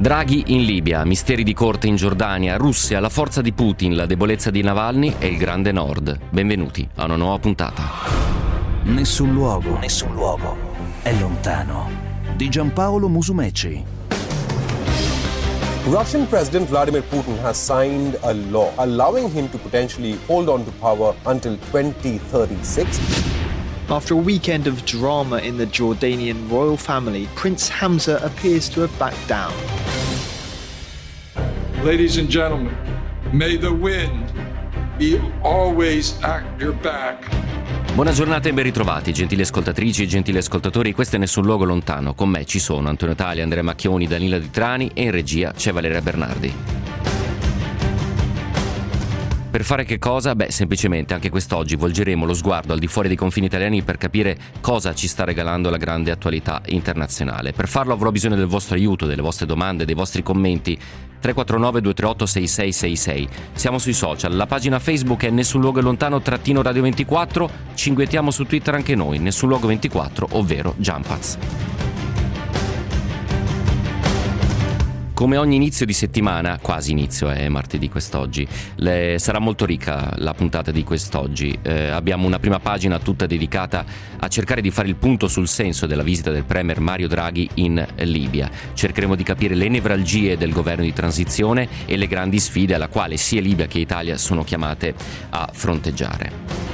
Draghi in Libia, misteri di corte in Giordania, Russia, la forza di Putin, la debolezza di Navalny e il grande Nord. Benvenuti a una nuova puntata. Nessun luogo è lontano. Di Giampaolo Musumeci. Russian President Vladimir Putin has signed a law allowing him to potentially hold on to power until 2036. After a weekend of drama in the Jordanian royal family, Prince Hamza appears to have backed down. Ladies and gentlemen, may the wind be always at your back. Buona giornata e ben ritrovati, gentili ascoltatrici e gentili ascoltatori. Questo è Nessun Luogo Lontano. Con me ci sono Antonio Tali, Andrea Macchioni, Danila Di Trani e in regia c'è Valeria Bernardi. Per fare che cosa? Semplicemente anche quest'oggi volgeremo lo sguardo al di fuori dei confini italiani per capire cosa ci sta regalando la grande attualità internazionale. Per farlo avrò bisogno del vostro aiuto, delle vostre domande, dei vostri commenti. 349-238-6666. Siamo sui social, la pagina Facebook è Nessun Luogo Lontano _Radio 24, ci inguetiamo su Twitter anche noi, Nessun Luogo 24, ovvero Jumpaz. Come ogni inizio di settimana, quasi inizio, è martedì quest'oggi, sarà molto ricca la puntata di quest'oggi. Abbiamo una prima pagina tutta dedicata a cercare di fare il punto sul senso della visita del premier Mario Draghi in Libia. Cercheremo di capire le nevralgie del governo di transizione e le grandi sfide alla quale sia Libia che Italia sono chiamate a fronteggiare.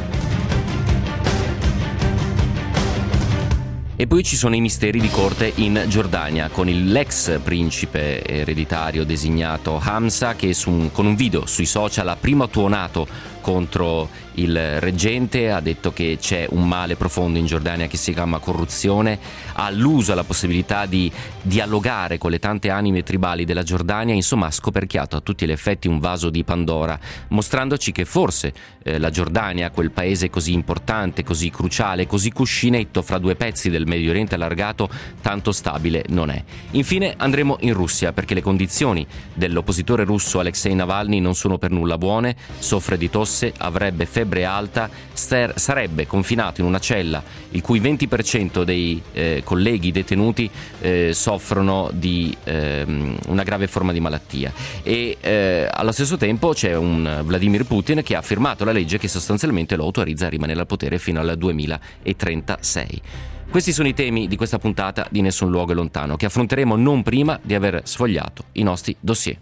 E poi ci sono i misteri di corte in Giordania, con l'ex principe ereditario designato Hamza che con un video sui social ha prima tuonato contro il reggente, ha detto che c'è un male profondo in Giordania che si chiama corruzione, ha alluso alla possibilità di dialogare con le tante anime tribali della Giordania, insomma ha scoperchiato a tutti gli effetti un vaso di Pandora, mostrandoci che forse la Giordania, quel paese così importante, così cruciale, così cuscinetto fra due pezzi del Medio Oriente allargato, tanto stabile non è. Infine andremo in Russia perché le condizioni dell'oppositore russo Alexei Navalny non sono per nulla buone, soffre di tosse, avrebbe febbre alta, sarebbe confinato in una cella il cui 20% dei colleghi detenuti soffrono di una grave forma di malattia e allo stesso tempo c'è un Vladimir Putin che ha firmato la legge che sostanzialmente lo autorizza a rimanere al potere fino al 2036. Questi sono i temi di questa puntata di Nessun Luogo Lontano, che affronteremo non prima di aver sfogliato i nostri dossier.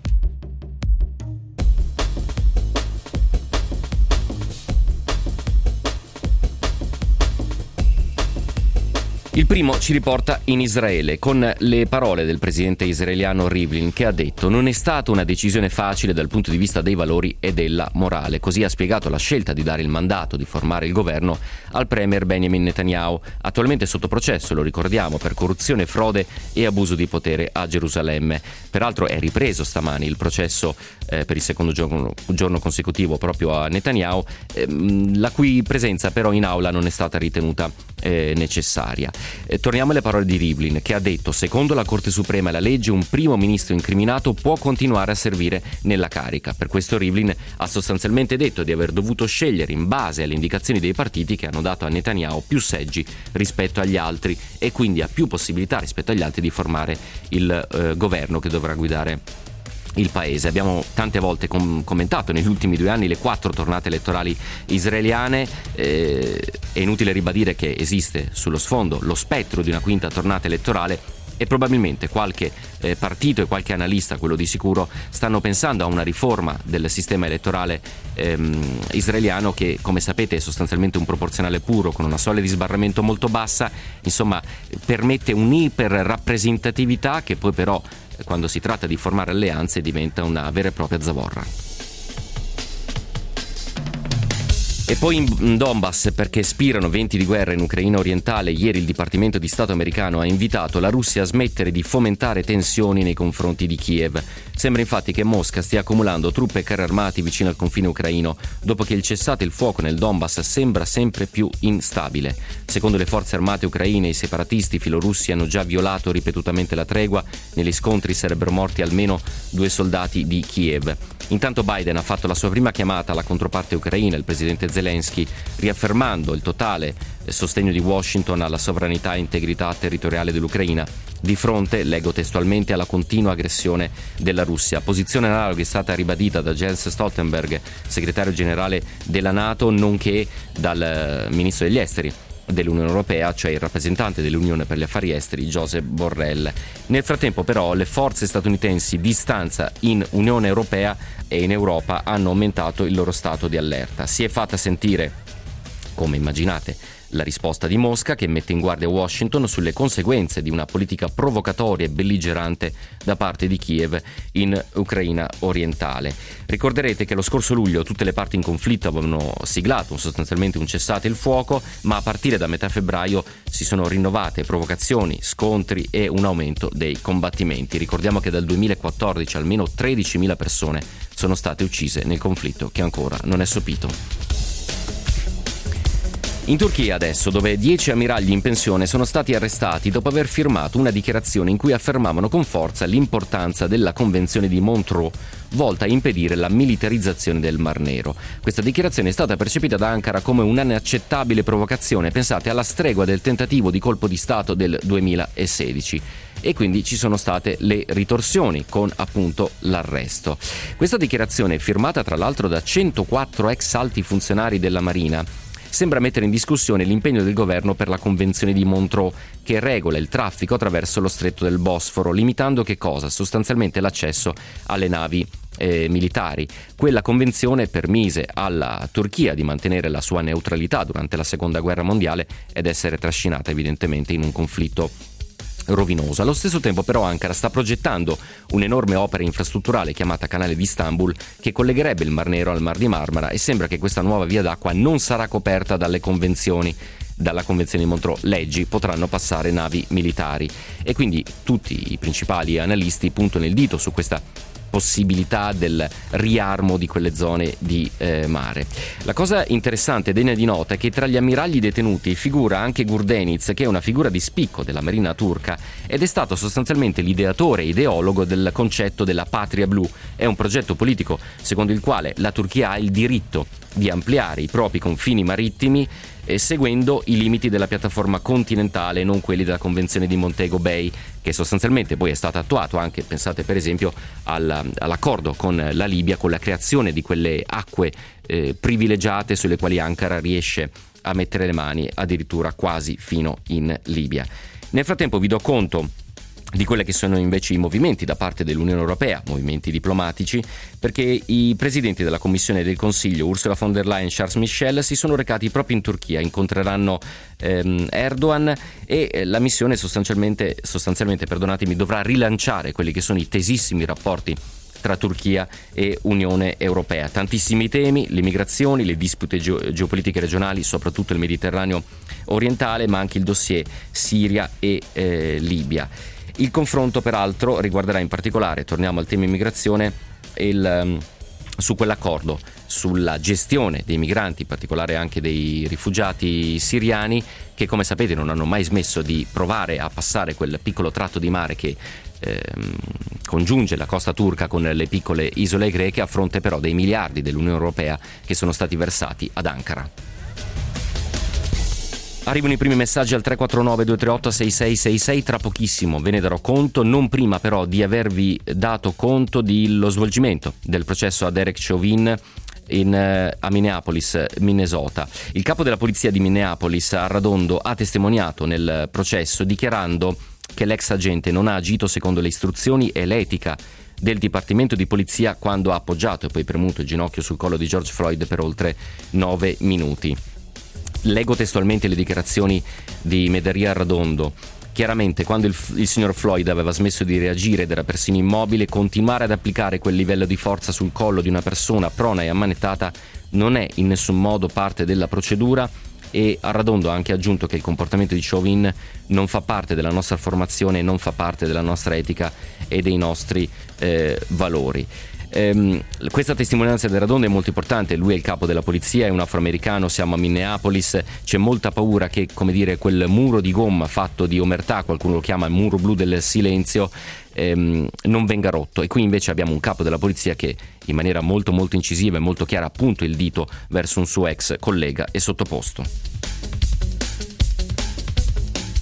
Il primo ci riporta in Israele con le parole del presidente israeliano Rivlin, che ha detto: non è stata una decisione facile dal punto di vista dei valori e della morale. Così ha spiegato la scelta di dare il mandato di formare il governo al premier Benjamin Netanyahu, attualmente sotto processo, lo ricordiamo, per corruzione, frode e abuso di potere a Gerusalemme. Peraltro è ripreso stamani il processo per il secondo giorno consecutivo proprio a Netanyahu, la cui presenza però in aula non è stata ritenuta necessaria. Torniamo alle parole di Rivlin, che ha detto: secondo la Corte Suprema e la legge un primo ministro incriminato può continuare a servire nella carica. Per questo Rivlin ha sostanzialmente detto di aver dovuto scegliere in base alle indicazioni dei partiti che hanno dato a Netanyahu più seggi rispetto agli altri e quindi ha più possibilità rispetto agli altri di formare il governo che dovrà guidare il paese. Abbiamo tante volte commentato negli ultimi 2 anni le 4 tornate elettorali israeliane, è inutile ribadire che esiste sullo sfondo lo spettro di una quinta tornata elettorale e probabilmente qualche partito e qualche analista, quello di sicuro, stanno pensando a una riforma del sistema elettorale israeliano che, come sapete, è sostanzialmente un proporzionale puro con una soglia di sbarramento molto bassa, insomma permette un'iperrappresentatività che poi però quando si tratta di formare alleanze diventa una vera e propria zavorra. E poi in Donbass, perché spirano venti di guerra in Ucraina orientale, ieri il Dipartimento di Stato americano ha invitato la Russia a smettere di fomentare tensioni nei confronti di Kiev. Sembra infatti che Mosca stia accumulando truppe e carri armati vicino al confine ucraino, dopo che il cessate il fuoco nel Donbass sembra sempre più instabile. Secondo le forze armate ucraine, i separatisti filorussi hanno già violato ripetutamente la tregua. Negli scontri sarebbero morti almeno 2 soldati di Kiev. Intanto Biden ha fatto la sua prima chiamata alla controparte ucraina, il presidente Zelensky, riaffermando il totale sostegno di Washington alla sovranità e integrità territoriale dell'Ucraina, di fronte, leggo testualmente, alla continua aggressione della Russia. Posizione analoga è stata ribadita da Jens Stoltenberg, segretario generale della NATO, nonché dal ministro degli esteri dell'Unione Europea, cioè il rappresentante dell'Unione per gli affari esteri Josep Borrell. Nel frattempo però le forze statunitensi di stanza in Unione Europea e in Europa hanno aumentato il loro stato di allerta. Si è fatta sentire, come immaginate, la risposta di Mosca, che mette in guardia Washington sulle conseguenze di una politica provocatoria e belligerante da parte di Kiev in Ucraina orientale. Ricorderete che lo scorso luglio tutte le parti in conflitto avevano siglato sostanzialmente un cessate il fuoco, ma a partire da metà febbraio si sono rinnovate provocazioni, scontri e un aumento dei combattimenti. Ricordiamo che dal 2014 almeno 13.000 persone sono state uccise nel conflitto, che ancora non è sopito. In Turchia adesso, dove 10 ammiragli in pensione sono stati arrestati dopo aver firmato una dichiarazione in cui affermavano con forza l'importanza della Convenzione di Montreux volta a impedire la militarizzazione del Mar Nero. Questa dichiarazione è stata percepita da Ankara come un'inaccettabile provocazione, pensate, alla stregua del tentativo di colpo di Stato del 2016. E quindi ci sono state le ritorsioni con appunto l'arresto. Questa dichiarazione, firmata tra l'altro da 104 ex alti funzionari della Marina, sembra mettere in discussione l'impegno del governo per la Convenzione di Montreux, che regola il traffico attraverso lo stretto del Bosforo, limitando che cosa? Sostanzialmente l'accesso alle navi militari. Quella convenzione permise alla Turchia di mantenere la sua neutralità durante la Seconda Guerra Mondiale ed essere trascinata evidentemente in un conflitto rovinoso. Allo stesso tempo però Ankara sta progettando un'enorme opera infrastrutturale chiamata Canale di Istanbul che collegherebbe il Mar Nero al Mar di Marmara, e sembra che questa nuova via d'acqua non sarà coperta dalla Convenzione di Montreux. Leggi potranno passare navi militari, e quindi tutti i principali analisti puntano il dito su questa possibilità del riarmo di quelle zone di mare. La cosa interessante e degna di nota è che tra gli ammiragli detenuti figura anche Gurdeniz, che è una figura di spicco della marina turca ed è stato sostanzialmente l'ideatore e ideologo del concetto della patria blu. È un progetto politico secondo il quale la Turchia ha il diritto di ampliare i propri confini marittimi seguendo i limiti della piattaforma continentale, non quelli della Convenzione di Montego Bay, che sostanzialmente poi è stato attuato anche, pensate per esempio all'accordo con la Libia, con la creazione di quelle acque privilegiate sulle quali Ankara riesce a mettere le mani addirittura quasi fino in Libia. Nel frattempo vi do conto di quelli che sono invece i movimenti da parte dell'Unione Europea, movimenti diplomatici, perché i presidenti della Commissione e del Consiglio, Ursula von der Leyen e Charles Michel, si sono recati proprio in Turchia, incontreranno Erdogan, e la missione sostanzialmente dovrà rilanciare quelli che sono i tesissimi rapporti tra Turchia e Unione Europea. Tantissimi temi: le migrazioni, le dispute geopolitiche regionali, soprattutto il Mediterraneo orientale, ma anche il dossier Siria e Libia. Il confronto peraltro riguarderà in particolare, torniamo al tema immigrazione, su quell'accordo sulla gestione dei migranti, in particolare anche dei rifugiati siriani, che come sapete non hanno mai smesso di provare a passare quel piccolo tratto di mare che congiunge la costa turca con le piccole isole greche, a fronte però dei miliardi dell'Unione Europea che sono stati versati ad Ankara. Arrivano i primi messaggi al 349-238-6666, tra pochissimo ve ne darò conto, non prima però di avervi dato conto dello svolgimento del processo a Derek Chauvin a Minneapolis, Minnesota. Il capo della polizia di Minneapolis, Arradondo, ha testimoniato nel processo dichiarando che l'ex agente non ha agito secondo le istruzioni e l'etica del Dipartimento di Polizia quando ha appoggiato e poi premuto il ginocchio sul collo di George Floyd per oltre 9 minuti. Leggo testualmente le dichiarazioni di Medaria Arradondo. Chiaramente, quando il signor Floyd aveva smesso di reagire ed era persino immobile, continuare ad applicare quel livello di forza sul collo di una persona prona e ammanettata non è in nessun modo parte della procedura, e Arradondo ha anche aggiunto che il comportamento di Chauvin non fa parte della nostra formazione, non fa parte della nostra etica e dei nostri valori. Questa testimonianza di Arradondo è molto importante. Lui è il capo della polizia, è un afroamericano, siamo a Minneapolis, c'è molta paura che, come dire, quel muro di gomma fatto di omertà, qualcuno lo chiama il muro blu del silenzio, non venga rotto. E qui invece abbiamo un capo della polizia che in maniera molto molto incisiva e molto chiara appunto il dito verso un suo ex collega e sottoposto.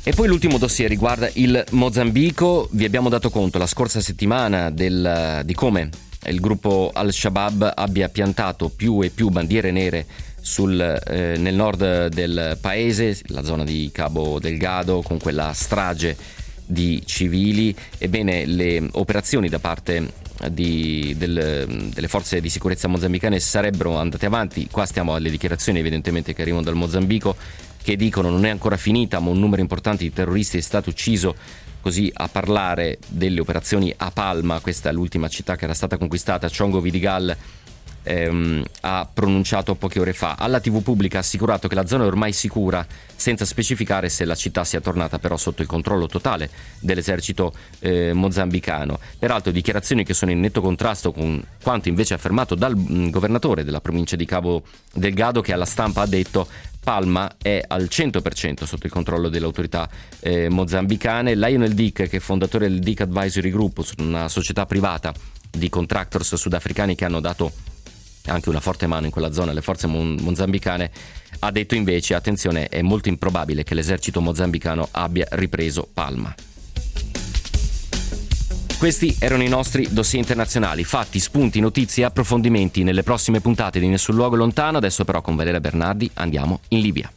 E poi l'ultimo dossier riguarda il Mozambico. Vi abbiamo dato conto la scorsa settimana di come il gruppo Al-Shabaab abbia piantato più e più bandiere nere nel nord del paese, la zona di Cabo Delgado, con quella strage di civili. Ebbene, le operazioni da parte delle forze di sicurezza mozambicane sarebbero andate avanti. Qua stiamo alle dichiarazioni evidentemente che arrivano dal Mozambico, che dicono non è ancora finita, ma un numero importante di terroristi è stato ucciso. Così a parlare delle operazioni a Palma, questa è l'ultima città che era stata conquistata, Chongo Vidigal ha pronunciato poche ore fa. Alla TV pubblica ha assicurato che la zona è ormai sicura, senza specificare se la città sia tornata però sotto il controllo totale dell'esercito mozambicano. Peraltro dichiarazioni che sono in netto contrasto con quanto invece affermato dal governatore della provincia di Cabo Delgado, che alla stampa ha detto Palma è al 100% sotto il controllo delle autorità mozambicane. Lionel Dick, che è fondatore del Dick Advisory Group, una società privata di contractors sudafricani che hanno dato anche una forte mano in quella zona alle forze mozambicane, ha detto invece attenzione, è molto improbabile che l'esercito mozambicano abbia ripreso Palma. Questi erano i nostri dossier internazionali, fatti, spunti, notizie e approfondimenti nelle prossime puntate di Nessun Luogo Lontano. Adesso però con Valeria Bernardi andiamo in Libia.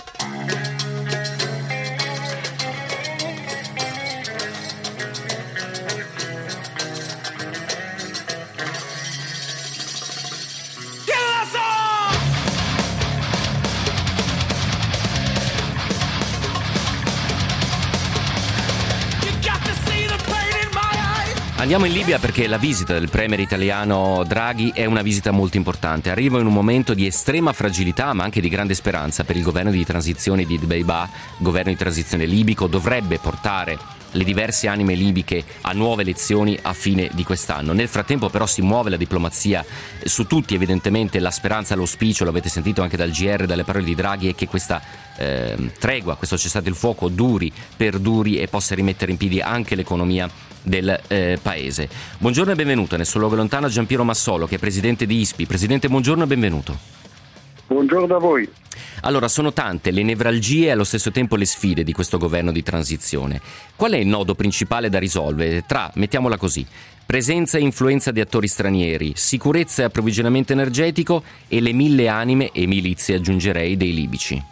Andiamo in Libia perché la visita del premier italiano Draghi è una visita molto importante. Arriva in un momento di estrema fragilità ma anche di grande speranza per il governo di transizione di Dbeibeh, governo di transizione libico. Dovrebbe portare le diverse anime libiche a nuove elezioni a fine di quest'anno. Nel frattempo però si muove la diplomazia su tutti, evidentemente la speranza, l'auspicio, l'avete sentito anche dal GR, dalle parole di Draghi, è che questa tregua, questo cessate il fuoco perduri e possa rimettere in piedi anche l'economia del paese. Buongiorno e benvenuto nel suo luogo lontano Giampiero Massolo, che è presidente di ISPI. Presidente, buongiorno e benvenuto. Buongiorno a voi. Allora, sono tante le nevralgie e allo stesso tempo le sfide di questo governo di transizione. Qual è il nodo principale da risolvere tra, mettiamola così, presenza e influenza di attori stranieri, sicurezza e approvvigionamento energetico e le 1000 anime e milizie, aggiungerei, dei libici?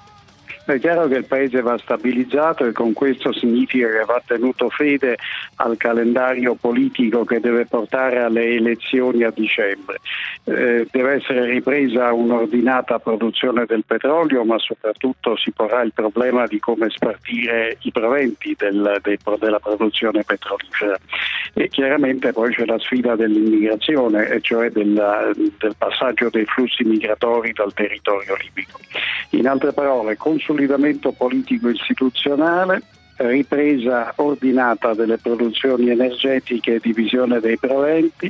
È chiaro che il paese va stabilizzato e con questo significa che va tenuto fede al calendario politico che deve portare alle elezioni a dicembre. Deve essere ripresa un'ordinata produzione del petrolio, ma soprattutto si porrà il problema di come spartire i proventi della produzione petrolifera. E chiaramente poi c'è la sfida dell'immigrazione, e cioè del passaggio dei flussi migratori dal territorio libico. In altre parole, consolidamento politico istituzionale, ripresa ordinata delle produzioni energetiche e divisione dei proventi,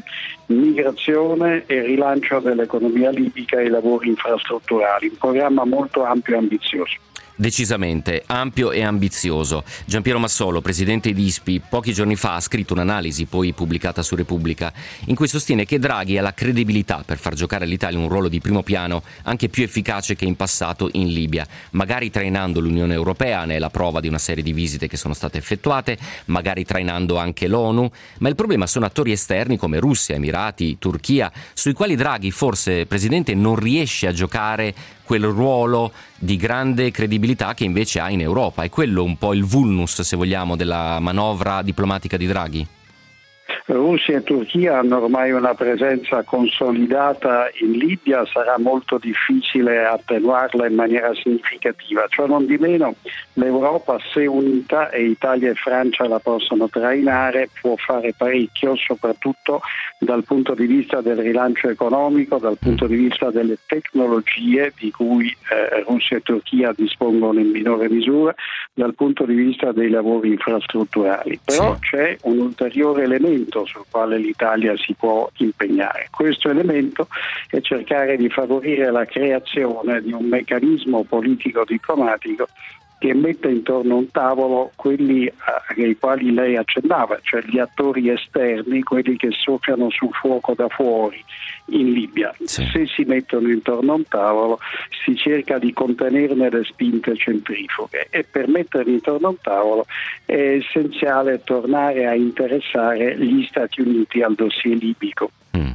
migrazione e rilancio dell'economia libica e i lavori infrastrutturali. Un programma molto ampio e ambizioso. Decisamente ampio e ambizioso. Giampiero Massolo, presidente di ISPI, pochi giorni fa ha scritto un'analisi poi pubblicata su Repubblica in cui sostiene che Draghi ha la credibilità per far giocare all'Italia un ruolo di primo piano anche più efficace che in passato in Libia, magari trainando l'Unione Europea, ne è la prova di una serie di visite che sono state effettuate, magari trainando anche l'ONU, ma il problema sono attori esterni come Russia, Emirati, Turchia, sui quali Draghi forse, presidente, non riesce a giocare quel ruolo di grande credibilità che invece ha in Europa. È quello un po' il vulnus, se vogliamo, della manovra diplomatica di Draghi? Russia e Turchia hanno ormai una presenza consolidata in Libia, sarà molto difficile attenuarla in maniera significativa. Ciò non di meno, l'Europa, se unita, e Italia e Francia la possono trainare, può fare parecchio, soprattutto dal punto di vista del rilancio economico, dal punto di vista delle tecnologie di cui Russia e Turchia dispongono in minore misura, dal punto di vista dei lavori infrastrutturali. Però c'è un ulteriore elemento sul quale l'Italia si può impegnare. Questo elemento è cercare di favorire la creazione di un meccanismo politico-diplomatico che metta intorno a un tavolo quelli ai quali lei accennava, cioè gli attori esterni, quelli che soffiano sul fuoco da fuori in Libia. Sì. Se si mettono intorno a un tavolo si cerca di contenerne le spinte centrifughe, e per metterli intorno a un tavolo è essenziale tornare a interessare gli Stati Uniti al dossier libico.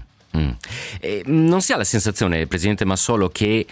Non si ha la sensazione, Presidente Massolo, che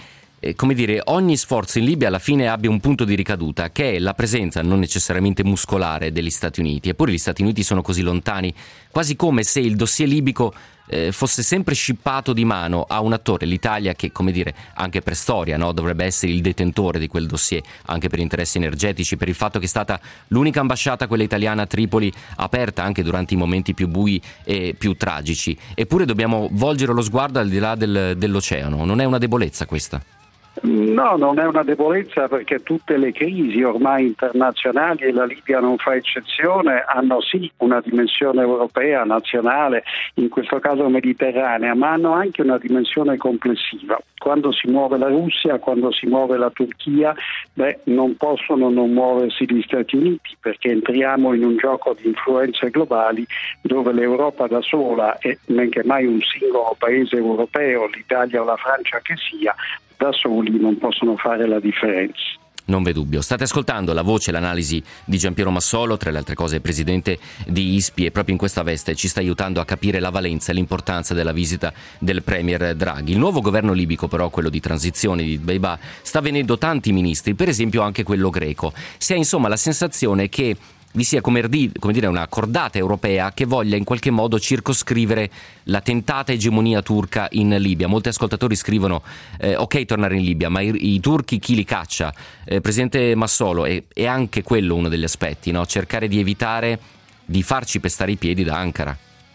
ogni sforzo in Libia alla fine abbia un punto di ricaduta, che è la presenza non necessariamente muscolare degli Stati Uniti? Eppure gli Stati Uniti sono così lontani, quasi come se il dossier libico fosse sempre scippato di mano a un attore, l'Italia, che anche per storia, no, dovrebbe essere il detentore di quel dossier, anche per interessi energetici, per il fatto che è stata l'unica ambasciata, quella italiana a Tripoli, aperta anche durante i momenti più bui e più tragici. Eppure dobbiamo volgere lo sguardo al di là dell'oceano. Non è una debolezza questa? No, non è una debolezza, perché tutte le crisi ormai internazionali, e la Libia non fa eccezione, hanno sì una dimensione europea, nazionale, in questo caso mediterranea, ma hanno anche una dimensione complessiva. Quando si muove la Russia, quando si muove la Turchia, non possono non muoversi gli Stati Uniti, perché entriamo in un gioco di influenze globali dove l'Europa da sola, e men che mai un singolo paese europeo, l'Italia o la Francia che sia, da soli non possono fare la differenza. Non v'è dubbio. State ascoltando la voce e l'analisi di Giampiero Massolo, tra le altre cose presidente di ISPI, e proprio in questa veste ci sta aiutando a capire la valenza e l'importanza della visita del premier Draghi. Il nuovo governo libico, però, quello di transizione di Dbeibeh, sta venendo tanti ministri, per esempio anche quello greco. Si ha insomma la sensazione che vi sia una cordata europea che voglia in qualche modo circoscrivere la tentata egemonia turca in Libia. Molti ascoltatori scrivono ok tornare in Libia, ma i turchi chi li caccia? Presidente Massolo, è anche quello uno degli aspetti, no? Cercare di evitare di farci pestare i piedi da Ankara.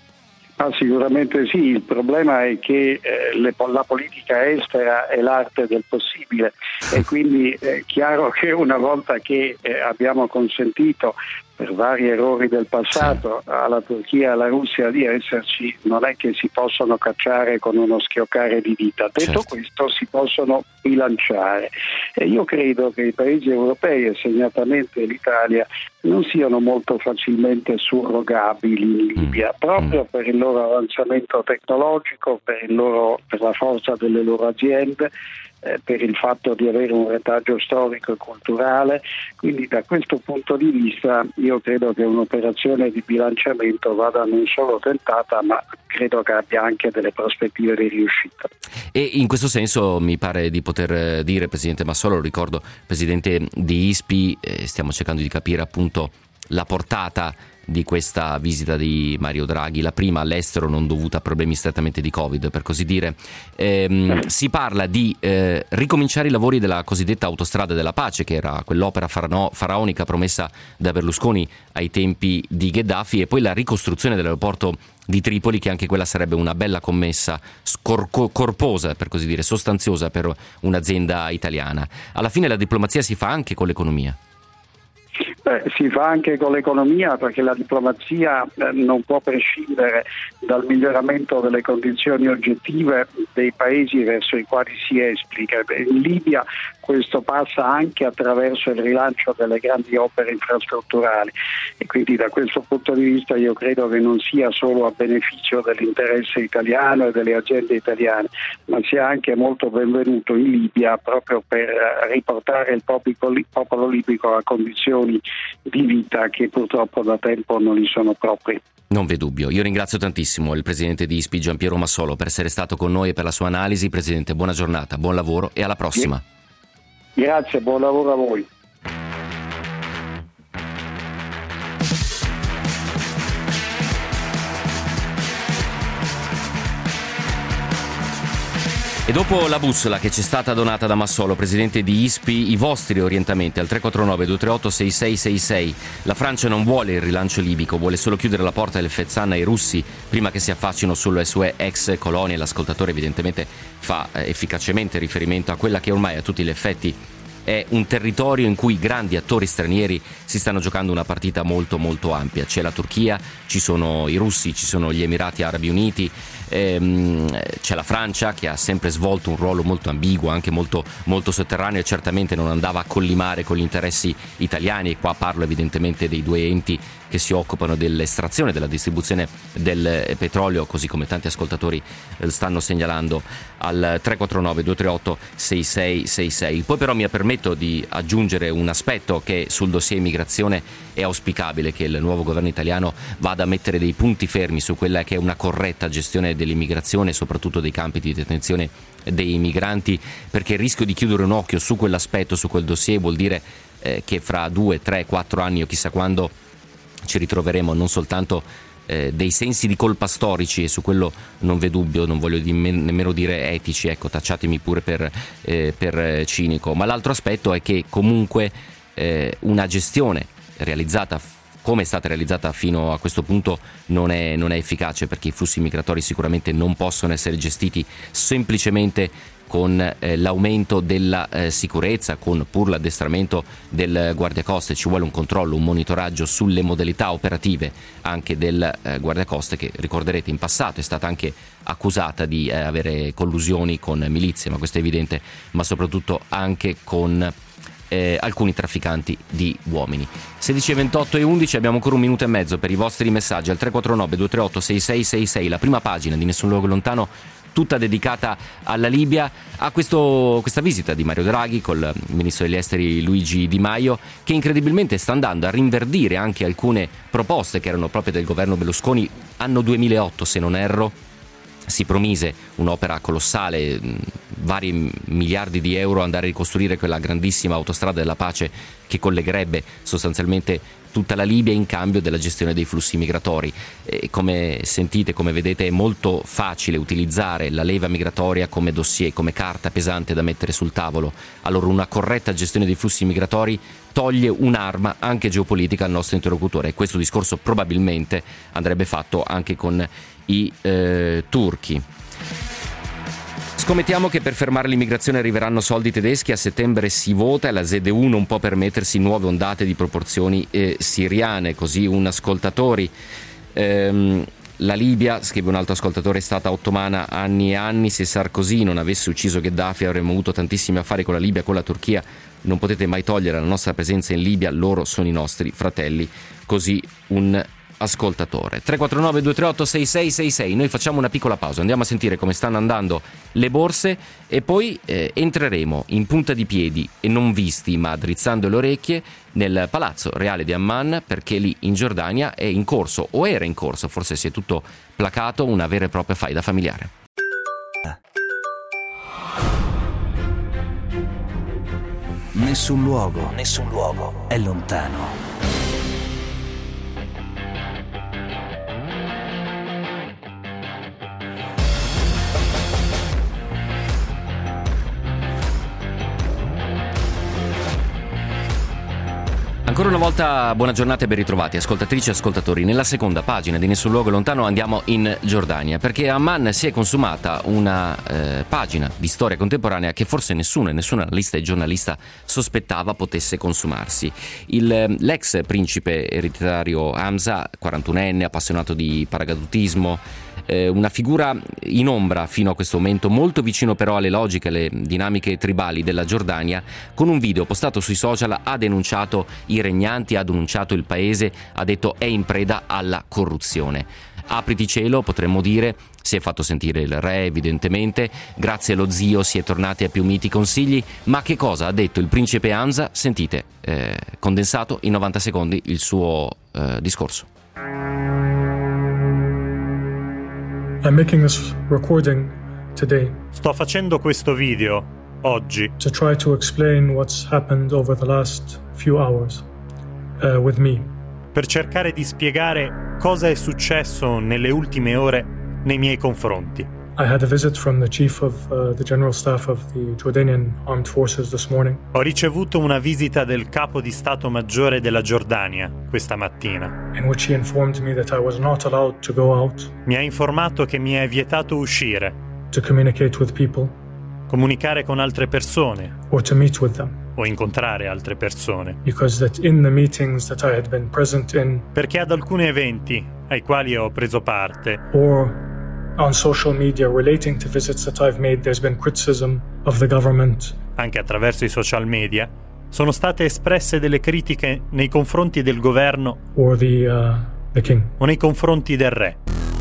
Sicuramente sì, il problema è che la politica estera è l'arte del possibile, e quindi è chiaro che una volta che abbiamo consentito per vari errori del passato alla Turchia e alla Russia di esserci, non è che si possono cacciare con uno schioccare di dita. Detto questo, si possono bilanciare, e io credo che i paesi europei, e segnatamente l'Italia, non siano molto facilmente surrogabili in Libia, proprio per il loro avanzamento tecnologico, per la forza delle loro aziende, per il fatto di avere un retaggio storico e culturale. Quindi da questo punto di vista io credo che un'operazione di bilanciamento vada non solo tentata, ma credo che abbia anche delle prospettive di riuscita. E in questo senso mi pare di poter dire, Presidente Massolo, lo ricordo, Presidente di ISPI, stiamo cercando di capire appunto la portata di questa visita di Mario Draghi, la prima all'estero non dovuta a problemi strettamente di Covid, per così dire. Si parla di ricominciare i lavori della cosiddetta autostrada della pace, che era quell'opera faraonica promessa da Berlusconi ai tempi di Gheddafi, e poi la ricostruzione dell'aeroporto di Tripoli, che anche quella sarebbe una bella commessa corposa, per così dire, sostanziosa per un'azienda italiana. Alla fine la diplomazia si fa anche con l'economia. Si fa anche con l'economia, perché la diplomazia non può prescindere dal miglioramento delle condizioni oggettive dei paesi verso i quali si esplica. In Libia questo passa anche attraverso il rilancio delle grandi opere infrastrutturali, e quindi da questo punto di vista io credo che non sia solo a beneficio dell'interesse italiano e delle aziende italiane, ma sia anche molto benvenuto in Libia, proprio per riportare il popolo libico a condizioni di vita che purtroppo da tempo non gli sono propri. Non v'è dubbio. Io ringrazio tantissimo il presidente di ISPI Giampiero Massolo per essere stato con noi e per la sua analisi. Presidente, buona giornata, buon lavoro e alla prossima. Grazie, buon lavoro a voi. E dopo la bussola che ci è stata donata da Massolo, presidente di ISPI, i vostri orientamenti al 349-238-6666. La Francia non vuole il rilancio libico, vuole solo chiudere la porta del Fezzan ai russi prima che si affacino sulle sue ex colonie. L'ascoltatore evidentemente fa efficacemente riferimento a quella che ormai a tutti gli effetti è un territorio in cui grandi attori stranieri si stanno giocando una partita molto molto ampia. C'è la Turchia, ci sono i russi, ci sono gli Emirati Arabi Uniti, c'è la Francia che ha sempre svolto un ruolo molto ambiguo, anche molto, molto sotterraneo, e certamente non andava a collimare con gli interessi italiani, e qua parlo evidentemente dei due enti che si occupano dell'estrazione, della distribuzione del petrolio, così come tanti ascoltatori stanno segnalando al 349-238-6666. Poi però mi permetto di aggiungere un aspetto, che sul dossier immigrazione è auspicabile che il nuovo governo italiano vada a mettere dei punti fermi su quella che è una corretta gestione dell'immigrazione, soprattutto dei campi di detenzione dei migranti, perché il rischio di chiudere un occhio su quell'aspetto, su quel dossier, vuol dire che fra 2, 3, 4 anni o chissà quando ci ritroveremo non soltanto dei sensi di colpa storici, e su quello non v'è dubbio, non voglio nemmeno dire etici, ecco, tacciatemi pure per cinico, ma l'altro aspetto è che comunque una gestione realizzata come è stata realizzata fino a questo punto non è efficace, perché i flussi migratori sicuramente non possono essere gestiti semplicemente con l'aumento della sicurezza, con pur l'addestramento del guardiacoste. Ci vuole un controllo, un monitoraggio sulle modalità operative anche del guardiacoste, che ricorderete in passato è stata anche accusata di avere collusioni con milizie, ma questo è evidente, ma soprattutto anche con alcuni trafficanti di uomini. 16:28 e 11, abbiamo ancora un minuto e mezzo per i vostri messaggi al 349-238-6666, la prima pagina di Nessun Luogo Lontano, tutta dedicata alla Libia, a questa visita di Mario Draghi col ministro degli esteri Luigi Di Maio, che incredibilmente sta andando a rinverdire anche alcune proposte che erano proprie del governo Berlusconi. Anno 2008, se non erro, si promise un'opera colossale, vari miliardi di euro, andare a ricostruire quella grandissima autostrada della pace che collegherebbe sostanzialmente tutta la Libia in cambio della gestione dei flussi migratori. E come sentite, come vedete, è molto facile utilizzare la leva migratoria come dossier, come carta pesante da mettere sul tavolo. Allora una corretta gestione dei flussi migratori toglie un'arma anche geopolitica al nostro interlocutore, e questo discorso probabilmente andrebbe fatto anche con i turchi. Scommettiamo che per fermare l'immigrazione arriveranno soldi tedeschi, a settembre si vota e la ZDU non può permettersi nuove ondate di proporzioni siriane. Così un ascoltatore, la Libia, scrive un altro ascoltatore, è stata ottomana anni e anni. Se Sarkozy non avesse ucciso Gheddafi avremmo avuto tantissimi affari con la Libia, con la Turchia. Non potete mai togliere la nostra presenza in Libia, loro sono i nostri fratelli. Così un ascoltatore. 349-238-6666. Noi facciamo una piccola pausa, andiamo a sentire come stanno andando le borse e poi entreremo in punta di piedi e non visti ma drizzando le orecchie nel Palazzo Reale di Amman, perché lì in Giordania è in corso, o era in corso, forse si è tutto placato, una vera e propria faida familiare. Nessun luogo è lontano. Ancora una volta buona giornata e ben ritrovati ascoltatrici e ascoltatori. Nella seconda pagina di Nessun Luogo Lontano andiamo in Giordania, perché a Amman si è consumata una pagina di storia contemporanea che forse nessuno analista e giornalista sospettava potesse consumarsi. L'ex principe ereditario Hamza, 41enne, appassionato di paracadutismo, una figura in ombra fino a questo momento, molto vicino però alle logiche, alle dinamiche tribali della Giordania, con un video postato sui social ha denunciato i regnanti, ha denunciato il paese, ha detto è in preda alla corruzione. Apriti cielo, potremmo dire, si è fatto sentire il re evidentemente, grazie allo zio si è tornati a più miti consigli, ma che cosa ha detto il principe Hamza? Sentite, condensato in 90 secondi il suo discorso. I'm making this recording today. Sto facendo questo video oggi to try to explain what's happened over the last few hours with me. Per cercare di spiegare cosa è successo nelle ultime ore nei miei confronti. I had a visit from the chief of the general staff of the Jordanian Armed Forces this morning. Ho ricevuto una visita del capo di Stato Maggiore della Giordania questa mattina. In which he informed me that I was not allowed to go out. Mi ha informato che mi è vietato uscire. To communicate with people. Comunicare con altre persone. Or to meet with them. o incontrare altre persone. Because that in the meetings that I had been present in, perché ad alcuni eventi ai quali ho preso parte, or on social media relating to visits that I've made, there's been criticism of the government. Anche attraverso i social media sono state espresse delle critiche nei confronti del governo or the king. O nei confronti del re.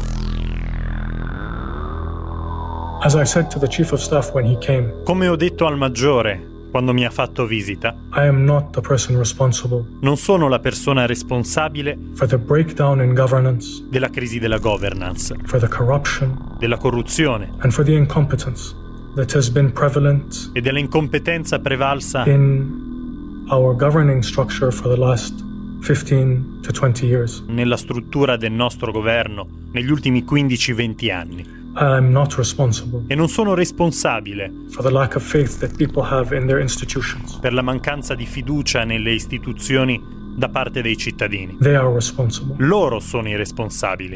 As I said to the chief of staff when he came, come ho detto al maggiore quando mi ha fatto visita, I am not the person responsible. Non sono la persona responsabile for the breakdown in governance, della crisi della governance, for the corruption, della corruzione, and for the incompetence that has been prevalent e dell'incompetenza prevalsa in our governing structure for the last 15 to 20 years. Nella struttura del nostro governo negli ultimi 15-20 anni. I'm not responsible. E non sono responsabile for the lack of faith that people have in their institutions. Per la mancanza di fiducia nelle istituzioni da parte dei cittadini. They are responsible. Loro sono i responsabili.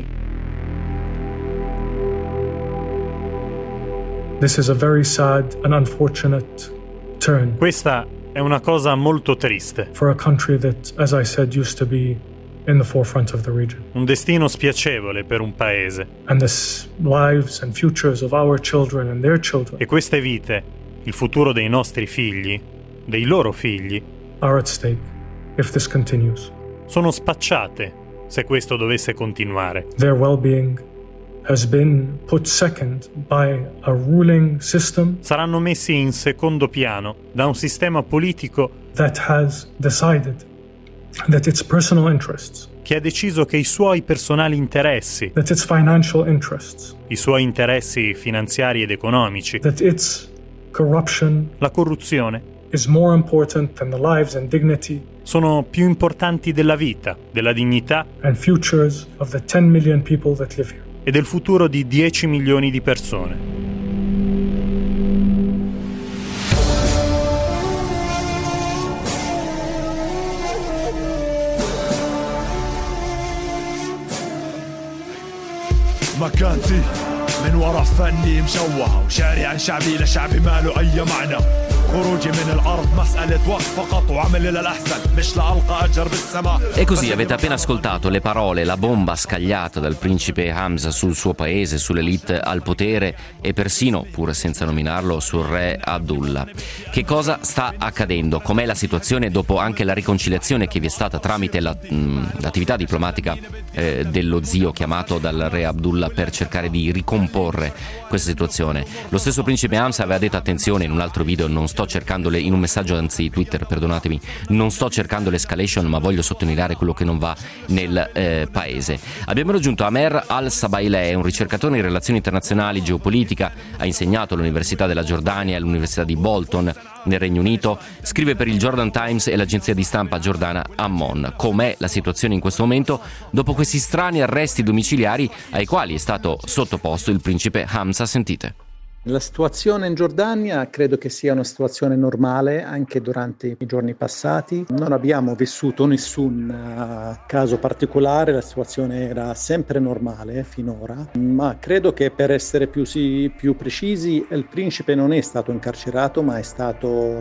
This is a very sad and unfortunate turn. Questa è una cosa molto triste. For a country that, as I said, used to be in the forefront of the region. Un destino spiacevole per un paese. And the lives and futures of our children and their children. E queste vite, il futuro dei nostri figli, dei loro figli, are at stake if this continues. Sono spacciate se questo dovesse continuare. Their well-being has been put second by a ruling system. Saranno messi in secondo piano da un sistema politico that has decided that its personal interests, che ha deciso che i suoi personali interessi, that its financial interests, i suoi interessi finanziari ed economici, that its corruption, la corruzione, is more important than the lives and dignity, sono più importanti della vita, della dignità and futures of the 10 million people that live here. E del futuro di 10 milioni di persone. مكانتي من ورا فني مشوهة وشاري عن شعبي لشعبي ما له أي معنى خروجي من الأرض مسألة وقت فقط وعمل للأحسن مش لألقى أجر بالسماء. E così avete appena ascoltato le parole, la bomba scagliata dal principe Hamza sul suo paese, sull'elite al potere e persino, pur senza nominarlo, sul re Abdullah. Che cosa sta accadendo? Com'è la situazione dopo anche la riconciliazione che vi è stata tramite l'attività diplomatica dello zio chiamato dal re Abdullah per cercare di ricomporre questa situazione? Lo stesso principe Hamza aveva detto: attenzione, in un altro video non sto cercando in un messaggio, anzi Twitter, perdonatemi, non sto cercando l'escalation, ma voglio sottolineare quello che non va nel paese. Abbiamo raggiunto Amer Al-Sabaileh, un ricercatore in relazioni internazionali, geopolitica, ha insegnato all'Università della Giordania e all'Università di Bolton nel Regno Unito, scrive per il Jordan Times e l'agenzia di stampa giordana Ammon. Com'è la situazione in questo momento dopo questi strani arresti domiciliari ai quali è stato sottoposto il principe Hamza? Sentite. La situazione in Giordania credo che sia una situazione normale anche durante i giorni passati. Non abbiamo vissuto nessun caso particolare, la situazione era sempre normale finora, ma credo che per essere più precisi il principe non è stato incarcerato ma è stato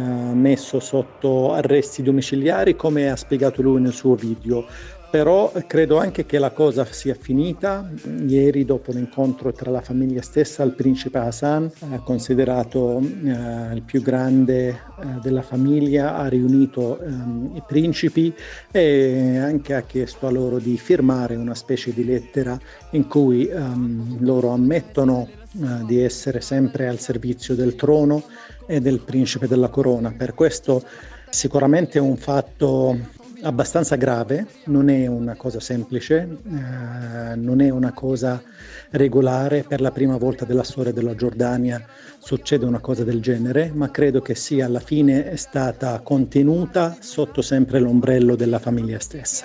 messo sotto arresti domiciliari come ha spiegato lui nel suo video. Però credo anche che la cosa sia finita. Ieri, dopo l'incontro tra la famiglia stessa, il principe Hassan, considerato il più grande della famiglia, ha riunito i principi e anche ha chiesto a loro di firmare una specie di lettera in cui loro ammettono di essere sempre al servizio del trono e del principe della corona. Per questo sicuramente è un fatto abbastanza grave, non è una cosa semplice, non è una cosa regolare. Per la prima volta della storia della Giordania succede una cosa del genere, ma credo che sia alla fine è stata contenuta sotto sempre l'ombrello della famiglia stessa.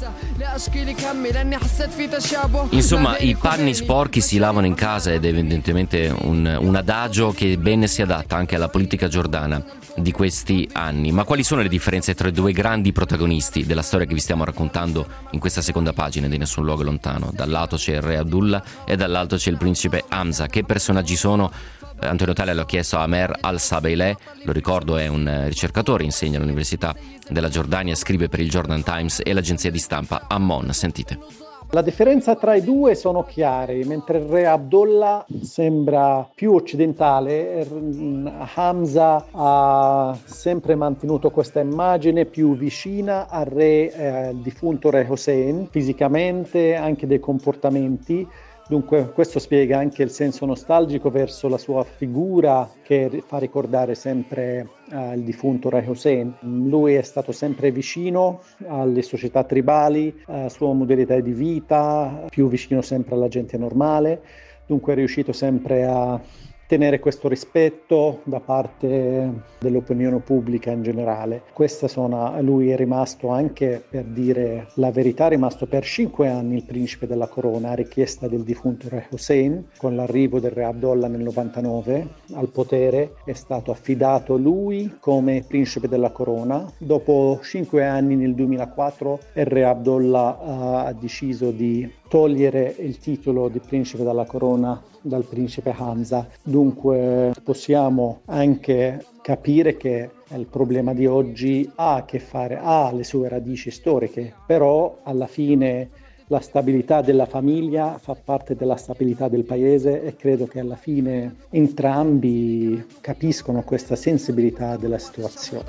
Insomma, i panni sporchi si lavano in casa ed è evidentemente un adagio che ben si adatta anche alla politica giordana di questi anni. Ma quali sono le differenze tra i due grandi protagonisti della storia che vi stiamo raccontando in questa seconda pagina di Nessun luogo lontano? Dal lato c'è il re Abdullah e dall'altro c'è il principe Hamza. Che personaggi sono? Antonio Tale l'ho chiesto a Amer Al-Sabeileh, lo ricordo è un ricercatore, insegna all'Università della Giordania, scrive per il Jordan Times e l'agenzia di stampa Ammon. Sentite. La differenza tra i due sono chiare. Mentre il re Abdullah sembra più occidentale, Hamza ha sempre mantenuto questa immagine più vicina al re, il defunto re Hossein, fisicamente, anche dei comportamenti. Dunque questo spiega anche il senso nostalgico verso la sua figura, che fa ricordare sempre il defunto re Hossein. Lui è stato sempre vicino alle società tribali, alla sua modalità di vita, più vicino sempre alla gente normale, dunque è riuscito sempre a tenere questo rispetto da parte dell'opinione pubblica in generale. Lui è rimasto, anche per dire la verità, è rimasto per 5 anni il principe della corona a richiesta del defunto re Hossein. Con l'arrivo del re Abdullah nel 99 al potere è stato affidato lui come principe della corona. Dopo 5 anni, nel 2004, il re Abdullah ha deciso di togliere il titolo di principe della corona dal principe Hamza. Dunque possiamo anche capire che il problema di oggi ha a che fare, ha le sue radici storiche, però alla fine la stabilità della famiglia fa parte della stabilità del paese e credo che alla fine entrambi capiscono questa sensibilità della situazione.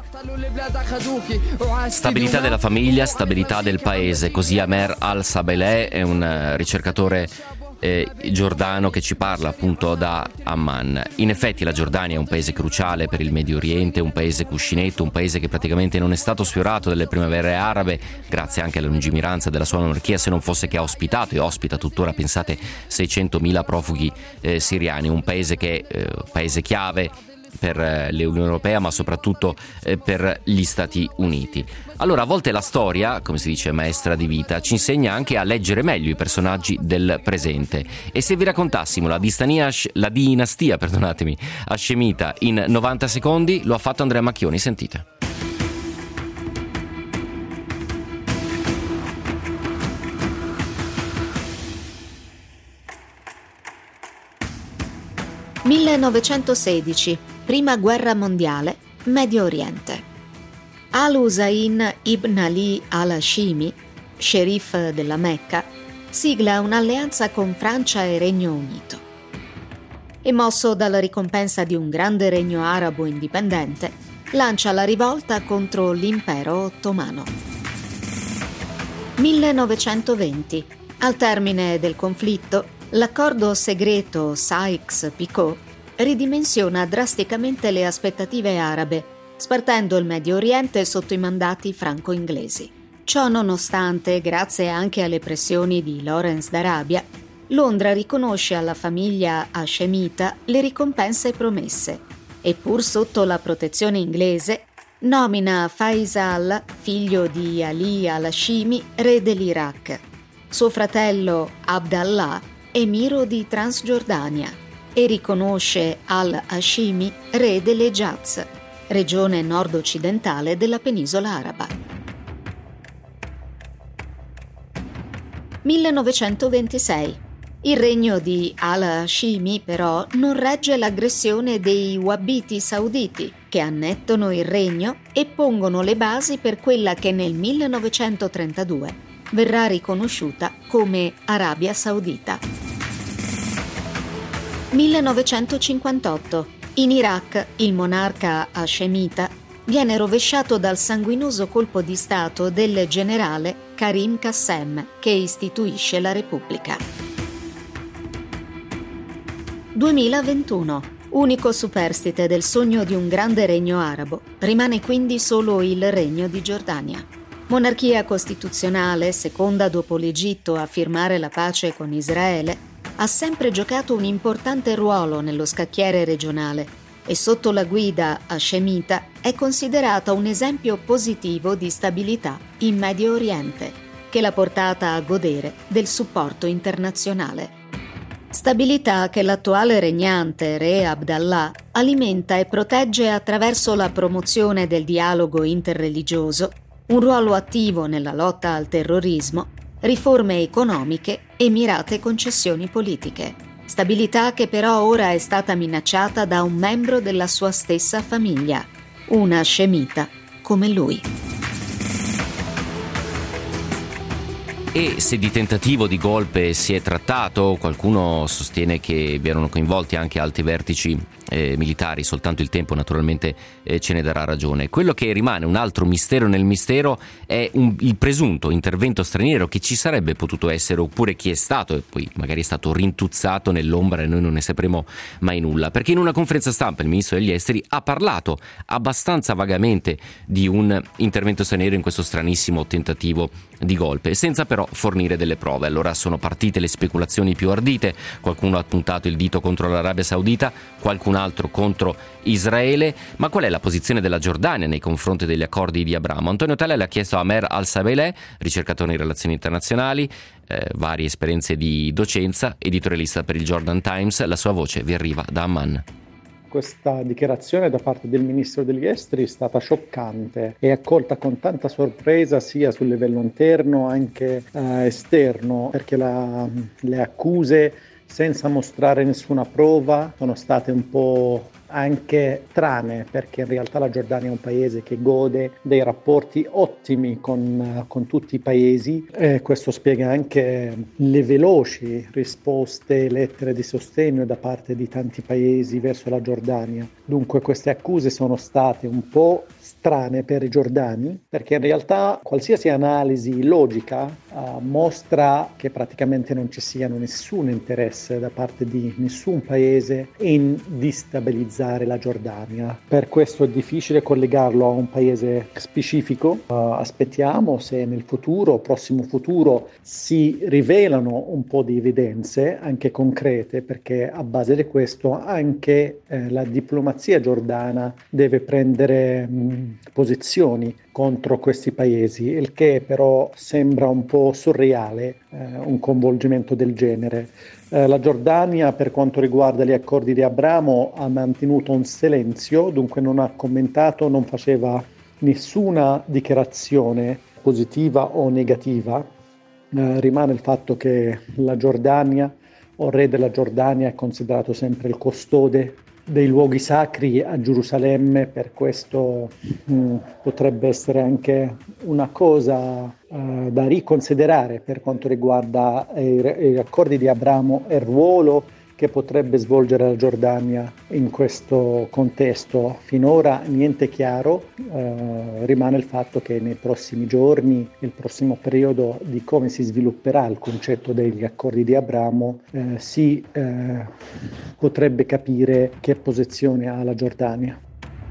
Stabilità della famiglia, stabilità del paese, così Amer Al-Sabeileh è un ricercatore giordano che ci parla appunto da Amman. In effetti la Giordania è un paese cruciale per il Medio Oriente, un paese cuscinetto, un paese che praticamente non è stato sfiorato dalle primavere arabe, grazie anche alla lungimiranza della sua monarchia, se non fosse che ha ospitato e ospita tuttora, pensate, 600.000 profughi siriani. Un paese che paese chiave per l'Unione Europea, ma soprattutto per gli Stati Uniti. Allora, a volte la storia, come si dice, maestra di vita, ci insegna anche a leggere meglio i personaggi del presente. E se vi raccontassimo la dinastia hashemita in 90 secondi, lo ha fatto Andrea Macchioni, sentite. (1916) Prima guerra mondiale, Medio Oriente. Al-Husayn ibn Ali al-Hashimi, sceriff della Mecca, sigla un'alleanza con Francia e Regno Unito. E mosso dalla ricompensa di un grande regno arabo indipendente, lancia la rivolta contro l'impero ottomano. 1920. Al termine del conflitto, l'accordo segreto Sykes-Picot ridimensiona drasticamente le aspettative arabe, spartendo il Medio Oriente sotto i mandati franco-inglesi. Ciò nonostante, grazie anche alle pressioni di Lawrence d'Arabia, Londra riconosce alla famiglia hashemita le ricompense promesse e, pur sotto la protezione inglese, nomina Faisal, figlio di Ali al-Hashimi, re dell'Iraq, suo fratello Abdallah, emiro di Transgiordania, e riconosce al-Hashimi re dell'Hejaz, regione nord-occidentale della penisola araba. 1926. Il regno di al-Hashimi però non regge l'aggressione dei Wahhabiti sauditi, che annettono il regno e pongono le basi per quella che nel 1932 verrà riconosciuta come Arabia Saudita. 1958. In Iraq, il monarca hashemita viene rovesciato dal sanguinoso colpo di stato del generale Karim Qassem, che istituisce la Repubblica. 2021. Unico superstite del sogno di un grande regno arabo, rimane quindi solo il regno di Giordania. Monarchia costituzionale, seconda dopo l'Egitto a firmare la pace con Israele, ha sempre giocato un importante ruolo nello scacchiere regionale e sotto la guida hashemita è considerata un esempio positivo di stabilità in Medio Oriente, che l'ha portata a godere del supporto internazionale. Stabilità che l'attuale regnante, re Abdallah, alimenta e protegge attraverso la promozione del dialogo interreligioso, un ruolo attivo nella lotta al terrorismo, riforme economiche e mirate concessioni politiche. Stabilità che però ora è stata minacciata da un membro della sua stessa famiglia, una sciemita come lui. E se di tentativo di golpe si è trattato, qualcuno sostiene che vi erano coinvolti anche alti vertici militari, soltanto il tempo naturalmente ce ne darà ragione. Quello che rimane un altro mistero nel mistero è il presunto intervento straniero che ci sarebbe potuto essere, oppure chi è stato e poi magari è stato rintuzzato nell'ombra e noi non ne sapremo mai nulla, perché in una conferenza stampa il ministro degli esteri ha parlato abbastanza vagamente di un intervento straniero in questo stranissimo tentativo di golpe, senza però fornire delle prove. Allora sono partite le speculazioni più ardite, qualcuno ha puntato il dito contro l'Arabia Saudita, qualcun altro contro Israele. Ma qual è la posizione della Giordania nei confronti degli accordi di Abramo? Antonio Tallella ha chiesto a Amer Al-Sabeileh, ricercatore in relazioni internazionali, varie esperienze di docenza, editorialista per il Jordan Times. La sua voce vi arriva da Amman. Questa dichiarazione da parte del ministro degli esteri è stata scioccante e accolta con tanta sorpresa sia sul livello interno anche esterno, perché le accuse senza mostrare nessuna prova sono state un po' anche strane, perché in realtà la Giordania è un paese che gode dei rapporti ottimi con tutti i paesi. Questo spiega anche le veloci risposte, lettere di sostegno da parte di tanti paesi verso la Giordania. Dunque queste accuse sono state un po' strane per i giordani, perché in realtà qualsiasi analisi logica mostra che praticamente non ci sia nessun interesse da parte di nessun paese in destabilizzare la Giordania. Per questo è difficile collegarlo a un paese specifico. Aspettiamo se nel prossimo futuro, si rivelano un po' di evidenze anche concrete, perché a base di questo anche la diplomazia giordana deve prendere posizioni contro questi paesi, il che però sembra un po' surreale, un coinvolgimento del genere. La Giordania, per quanto riguarda gli accordi di Abramo, ha mantenuto un silenzio, dunque non ha commentato, non faceva nessuna dichiarazione positiva o negativa. Rimane il fatto che la Giordania, o il re della Giordania, è considerato sempre il custode dei luoghi sacri a Gerusalemme, per questo potrebbe essere anche una cosa da riconsiderare per quanto riguarda gli accordi di Abramo e il ruolo che potrebbe svolgere la Giordania in questo contesto. Finora niente chiaro, rimane il fatto che nei prossimi giorni, nel prossimo periodo di come si svilupperà il concetto degli accordi di Abramo, si potrebbe capire che posizione ha la Giordania.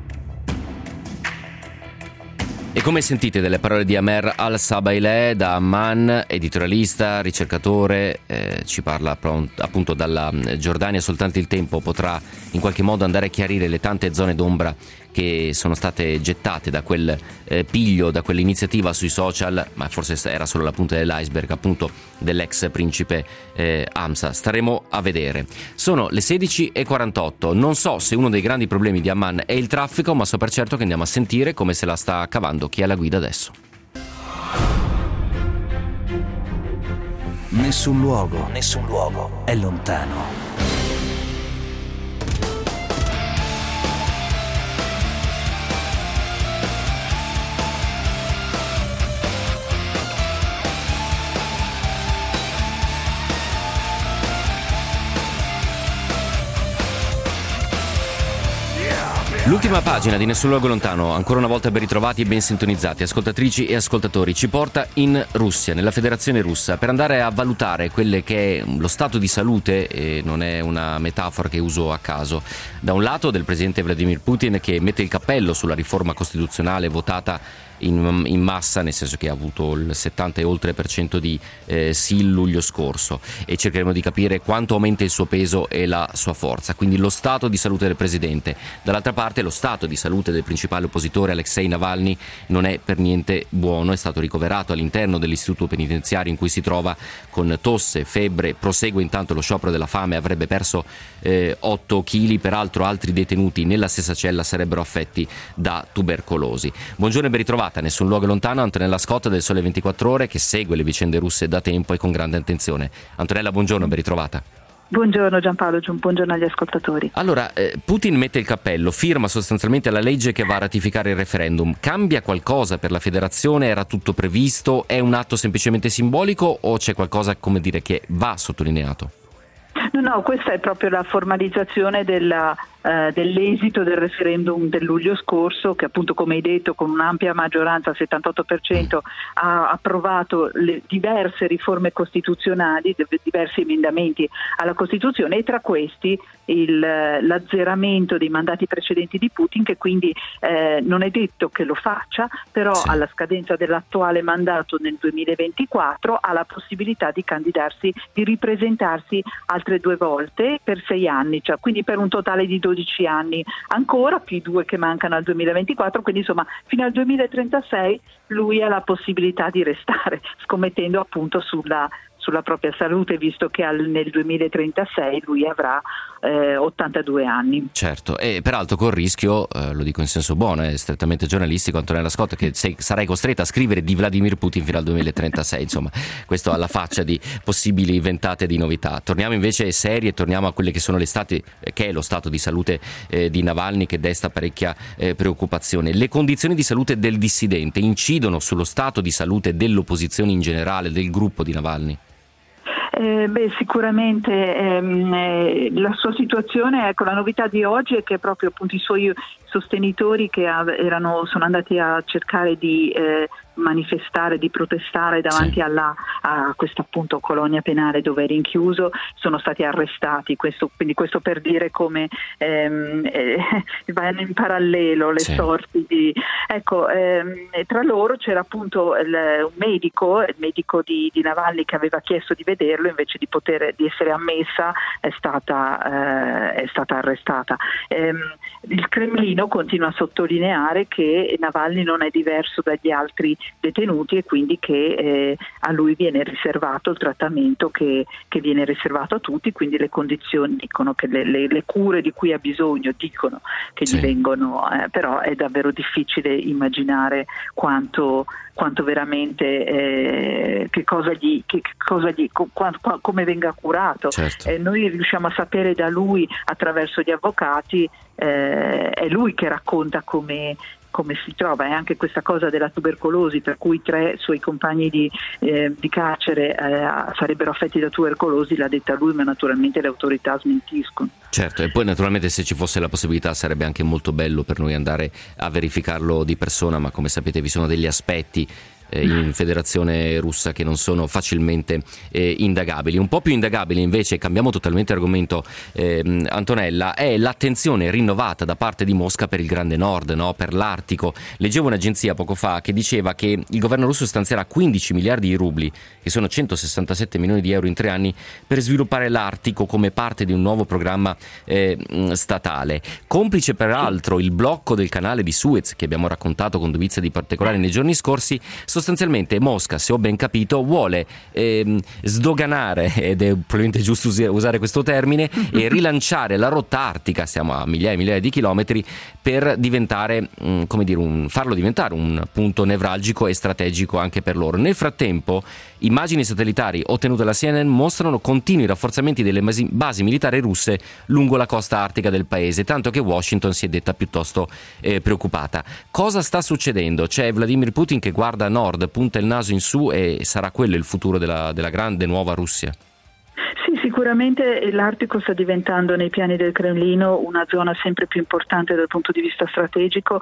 E come sentite delle parole di Amer Al-Sabeileh da Amman, editorialista, ricercatore, ci parla appunto dalla Giordania. Soltanto il tempo potrà in qualche modo andare a chiarire le tante zone d'ombra che sono state gettate da quel piglio, da quell'iniziativa sui social, ma forse era solo la punta dell'iceberg appunto dell'ex principe Hamza. Staremo a vedere. Sono le 16:48. Non so se uno dei grandi problemi di Amman è il traffico, ma so per certo che andiamo a sentire come se la sta cavando chi è alla guida adesso. Nessun luogo è lontano. L'ultima pagina di Nessun luogo lontano, ancora una volta ben ritrovati e ben sintonizzati, ascoltatrici e ascoltatori, ci porta in Russia, nella Federazione Russa, per andare a valutare quelle che è lo stato di salute, e non è una metafora che uso a caso, da un lato del presidente Vladimir Putin, che mette il cappello sulla riforma costituzionale votata in massa, nel senso che ha avuto il 70 e oltre % di sì il luglio scorso, e cercheremo di capire quanto aumenta il suo peso e la sua forza. Quindi lo stato di salute del presidente. Dall'altra parte lo stato di salute del principale oppositore Alexei Navalny non è per niente buono, è stato ricoverato all'interno dell'istituto penitenziario in cui si trova con tosse, febbre, prosegue intanto lo sciopero della fame, avrebbe perso 8 kg, peraltro altri detenuti nella stessa cella sarebbero affetti da tubercolosi. Buongiorno e ben ritrovata. Nessun luogo lontano, Antonella Scotta del Sole 24 Ore, che segue le vicende russe da tempo e con grande attenzione. Antonella, buongiorno, ben ritrovata. Buongiorno Giampaolo, buongiorno agli ascoltatori. Allora, Putin mette il cappello, firma sostanzialmente la legge che va a ratificare il referendum. Cambia qualcosa per la federazione? Era tutto previsto? È un atto semplicemente simbolico o c'è qualcosa, come dire, che va sottolineato? No, questa è proprio la formalizzazione dell'esito del referendum del luglio scorso, che appunto, come hai detto, con un'ampia maggioranza, 78%, ha approvato le diverse riforme costituzionali, diversi emendamenti alla Costituzione, e tra questi l'azzeramento dei mandati precedenti di Putin, che quindi non è detto che lo faccia, però alla scadenza dell'attuale mandato nel 2024 ha la possibilità di candidarsi, di ripresentarsi altre 2 volte per 6 anni, cioè quindi per un totale di 12 anni ancora, più i 2 che mancano al 2024, quindi insomma fino al 2036 lui ha la possibilità di restare, scommettendo appunto sulla propria salute, visto che nel 2036 lui avrà 82 anni. Certo, e peraltro col rischio, lo dico in senso buono, è strettamente giornalistico, Antonella Scotta, che sarai costretta a scrivere di Vladimir Putin fino al 2036, insomma, questo alla faccia di possibili ventate di novità. Torniamo invece seri e torniamo a quelle che sono che è lo stato di salute di Navalny, che desta parecchia preoccupazione. Le condizioni di salute del dissidente incidono sullo stato di salute dell'opposizione in generale, del gruppo di Navalny? Sicuramente la sua situazione, ecco, la novità di oggi è che proprio appunto i suoi sostenitori che sono andati a cercare di manifestare, di protestare davanti a questa appunto colonia penale dove è rinchiuso, sono stati arrestati. Quindi questo per dire come vanno in parallelo le sorti di... Ecco, tra loro c'era appunto un medico, il medico di Navalny, che aveva chiesto di vederlo, invece di essere ammessa è stata arrestata. Il Cremlino continua a sottolineare che Navalny non è diverso dagli altri detenuti e quindi che a lui viene riservato il trattamento che viene riservato a tutti, quindi le condizioni, dicono che le cure di cui ha bisogno, dicono che gli vengono, però è davvero difficile immaginare quanto veramente come venga curato. Noi riusciamo a sapere da lui attraverso gli avvocati, è lui che racconta come si trova, e anche questa cosa della tubercolosi, per cui 3 suoi compagni di carcere sarebbero affetti da tubercolosi, l'ha detta lui, ma naturalmente le autorità smentiscono. Certo, e poi naturalmente se ci fosse la possibilità sarebbe anche molto bello per noi andare a verificarlo di persona, ma come sapete vi sono degli aspetti in Federazione Russa che non sono facilmente indagabili. Un po' più indagabile invece, cambiamo totalmente argomento, Antonella, è l'attenzione rinnovata da parte di Mosca per il Grande Nord, no? Per l'Artico. Leggevo un'agenzia poco fa che diceva che il governo russo stanzierà 15 miliardi di rubli, che sono 167 milioni di euro in 3 anni, per sviluppare l'Artico come parte di un nuovo programma statale. Complice peraltro il blocco del canale di Suez, che abbiamo raccontato con dovizia di particolari nei giorni scorsi. Sostanzialmente Mosca, se ho ben capito, vuole sdoganare, ed è probabilmente giusto usare questo termine, e rilanciare la rotta artica, siamo a migliaia e migliaia di chilometri, per diventare, farlo diventare un punto nevralgico e strategico anche per loro. Nel frattempo, immagini satellitari ottenute dalla CNN mostrano continui rafforzamenti delle basi militari russe lungo la costa artica del paese, tanto che Washington si è detta piuttosto preoccupata. Cosa sta succedendo? C'è Vladimir Putin che guarda a nord, punta il naso in su, e sarà quello il futuro della grande nuova Russia? Sì, sicuramente l'Artico sta diventando nei piani del Cremlino una zona sempre più importante dal punto di vista strategico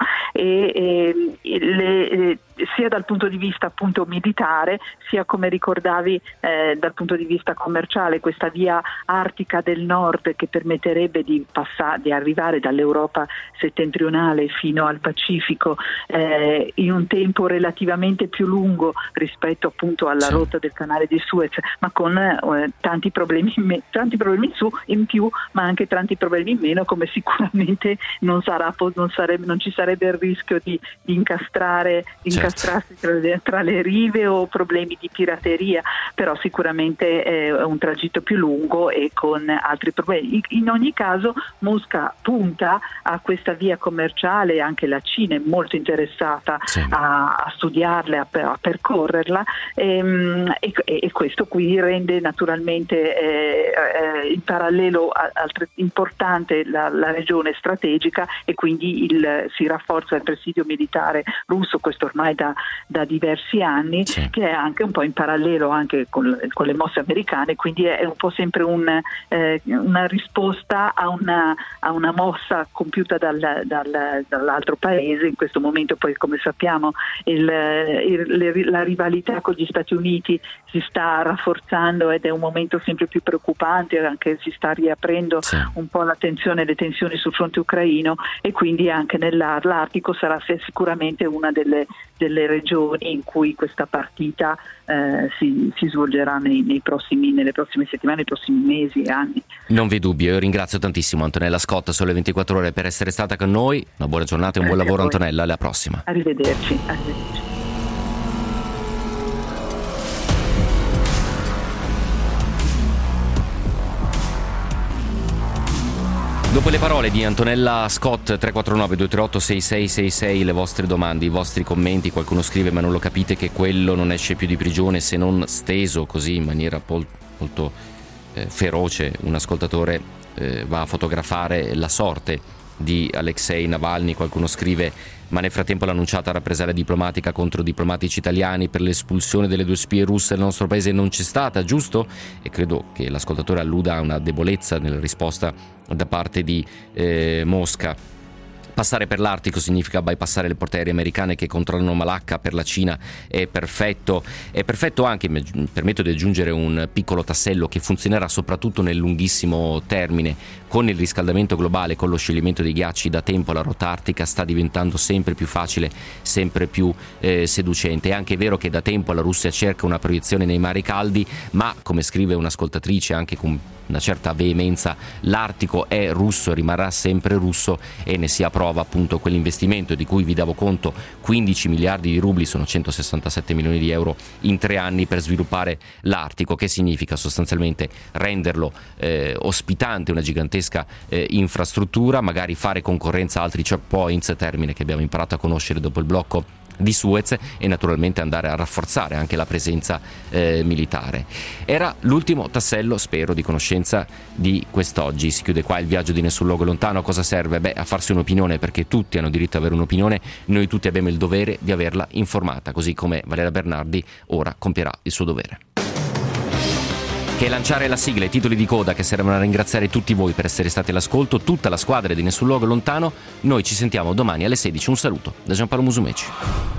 sia dal punto di vista appunto militare, sia, come ricordavi, dal punto di vista commerciale. Questa via artica del nord che permetterebbe di arrivare dall'Europa settentrionale fino al Pacifico in un tempo relativamente più lungo rispetto appunto alla rotta del canale di Suez, ma con tanti problemi in più, ma anche tanti problemi in meno, come sicuramente non ci sarebbe il rischio di incastrare scontrarsi tra le rive o problemi di pirateria, però sicuramente è un tragitto più lungo e con altri problemi. In ogni caso Mosca punta a questa via commerciale, anche la Cina è molto interessata a studiarla, a percorrerla, e questo qui rende naturalmente in parallelo importante la regione strategica, e quindi si rafforza il presidio militare russo, questo ormai da diversi anni, che è anche un po' in parallelo anche con le mosse americane, quindi è un po' sempre una risposta a una mossa compiuta dall'altro paese. In questo momento poi, come sappiamo, la rivalità con gli Stati Uniti si sta rafforzando ed è un momento sempre più preoccupante, anche si sta riaprendo un po' le tensioni sul fronte ucraino, e quindi anche l'Artico sarà sicuramente una delle regioni in cui questa partita si svolgerà nelle prossime settimane, nei prossimi mesi e anni. Non vi dubbio, io ringrazio tantissimo Antonella Scott, Sole 24 Ore, per essere stata con noi. Una buona giornata e un buon lavoro, Antonella, alla prossima. Arrivederci. Dopo le parole di Antonella Scott, 349-238-6666, le vostre domande, i vostri commenti. Qualcuno scrive: ma non lo capite che quello non esce più di prigione se non steso così in maniera molto feroce? Un ascoltatore va a fotografare la sorte di Alexei Navalny. Qualcuno scrive: ma nel frattempo l'annunciata rappresaglia diplomatica contro diplomatici italiani per l'espulsione delle 2 spie russe nel nostro paese non c'è stata, giusto? E credo che l'ascoltatore alluda a una debolezza nella risposta da parte di Mosca. Passare per l'Artico significa bypassare le porte aeree americane che controllano Malacca. Per la Cina è perfetto anche, mi permetto di aggiungere un piccolo tassello, che funzionerà soprattutto nel lunghissimo termine. Con il riscaldamento globale, con lo scioglimento dei ghiacci, da tempo la rotta artica sta diventando sempre più facile, sempre più seducente. È anche vero che da tempo la Russia cerca una proiezione nei mari caldi, ma, come scrive un'ascoltatrice anche con una certa veemenza, l'Artico è russo, rimarrà sempre russo, e ne sia prova appunto quell'investimento di cui vi davo conto: 15 miliardi di rubli, sono 167 milioni di euro in 3 anni per sviluppare l'Artico, che significa sostanzialmente renderlo ospitante, una gigantesca infrastruttura, magari fare concorrenza a altri checkpoints, termine che abbiamo imparato a conoscere dopo il blocco di Suez, e naturalmente andare a rafforzare anche la presenza militare. Era l'ultimo tassello, spero, di conoscenza di quest'oggi. Si chiude qua il viaggio di Nessun Luogo Lontano. A cosa serve? A farsi un'opinione, perché tutti hanno diritto ad avere un'opinione. Noi tutti abbiamo il dovere di averla informata, così come Valeria Bernardi ora compierà il suo dovere, che è lanciare la sigla, i titoli di coda che servono a ringraziare tutti voi per essere stati all'ascolto, tutta la squadra di Nessun Luogo Lontano. Noi ci sentiamo domani alle 16. Un saluto da Giampaolo Musumeci.